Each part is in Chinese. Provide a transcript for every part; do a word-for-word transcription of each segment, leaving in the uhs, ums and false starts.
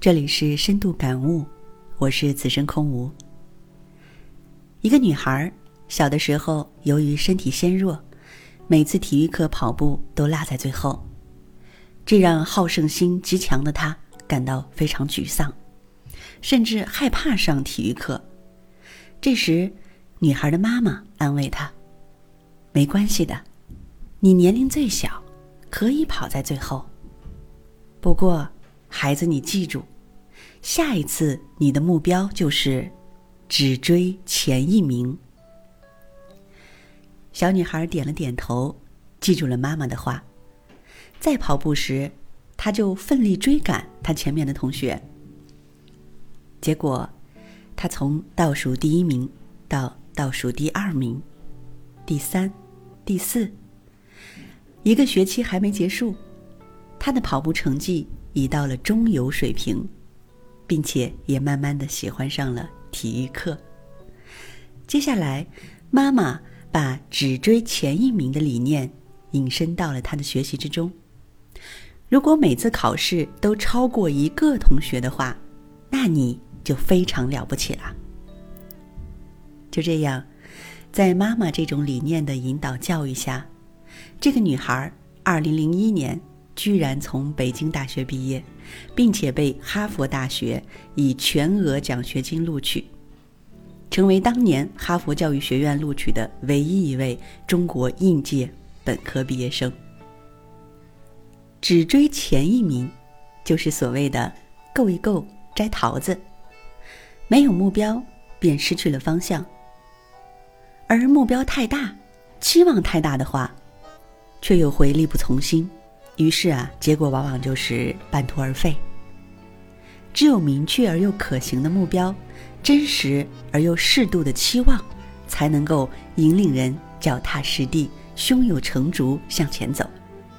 这里是深度感悟，我是此生空无。一个女孩小的时候由于身体纤弱，每次体育课跑步都落在最后，这让好胜心极强的她感到非常沮丧，甚至害怕上体育课。这时女孩的妈妈安慰她，没关系的，你年龄最小，可以跑在最后。不过孩子，你记住，下一次你的目标就是只追前一名。小女孩点了点头，记住了妈妈的话。在跑步时，她就奋力追赶她前面的同学。结果，她从倒数第一名到倒数第二名、第三、第四。一个学期还没结束，她的跑步成绩已到了中游水平，并且也慢慢地喜欢上了体育课。接下来，妈妈把只追前一名的理念引申到了她的学习之中。如果每次考试都超过一个同学的话，那你就非常了不起了。就这样，在妈妈这种理念的引导教育下，这个女孩二零零一年居然从北京大学毕业，并且被哈佛大学以全额奖学金录取，成为当年哈佛教育学院录取的唯一一位中国应届本科毕业生。只追前一名，就是所谓的够一够摘桃子，没有目标便失去了方向。而目标太大，期望太大的话，却又会力不从心，于是啊，结果往往就是半途而废。只有明确而又可行的目标，真实而又适度的期望，才能够引领人脚踏实地，胸有成竹向前走。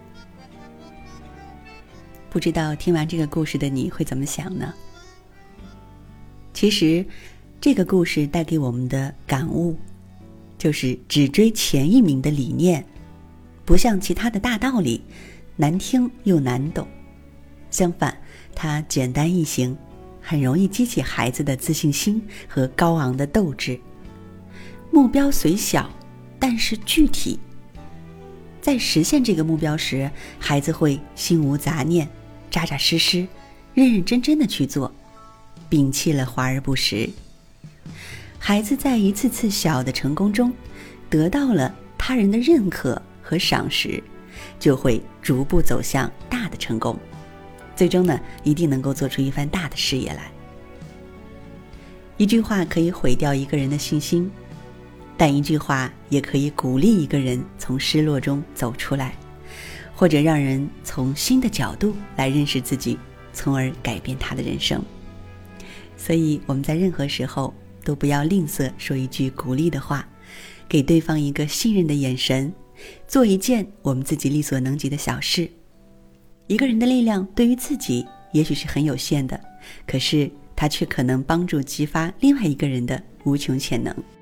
不知道听完这个故事的你会怎么想呢？其实这个故事带给我们的感悟，就是只追前一名的理念不像其他的大道理难听又难懂，相反它简单易行，很容易激起孩子的自信心和高昂的斗志。目标虽小，但是具体，在实现这个目标时，孩子会心无杂念，扎扎实实，认认真真的去做，摒弃了华而不实。孩子在一次次小的成功中得到了他人的认可和赏识，就会逐步走向大的成功，最终呢，一定能够做出一番大的事业来。一句话可以毁掉一个人的信心，但一句话也可以鼓励一个人从失落中走出来，或者让人从新的角度来认识自己，从而改变他的人生。所以我们在任何时候都不要吝啬说一句鼓励的话，给对方一个信任的眼神，做一件我们自己力所能及的小事。一个人的力量对于自己也许是很有限的，可是它却可能帮助激发另外一个人的无穷潜能。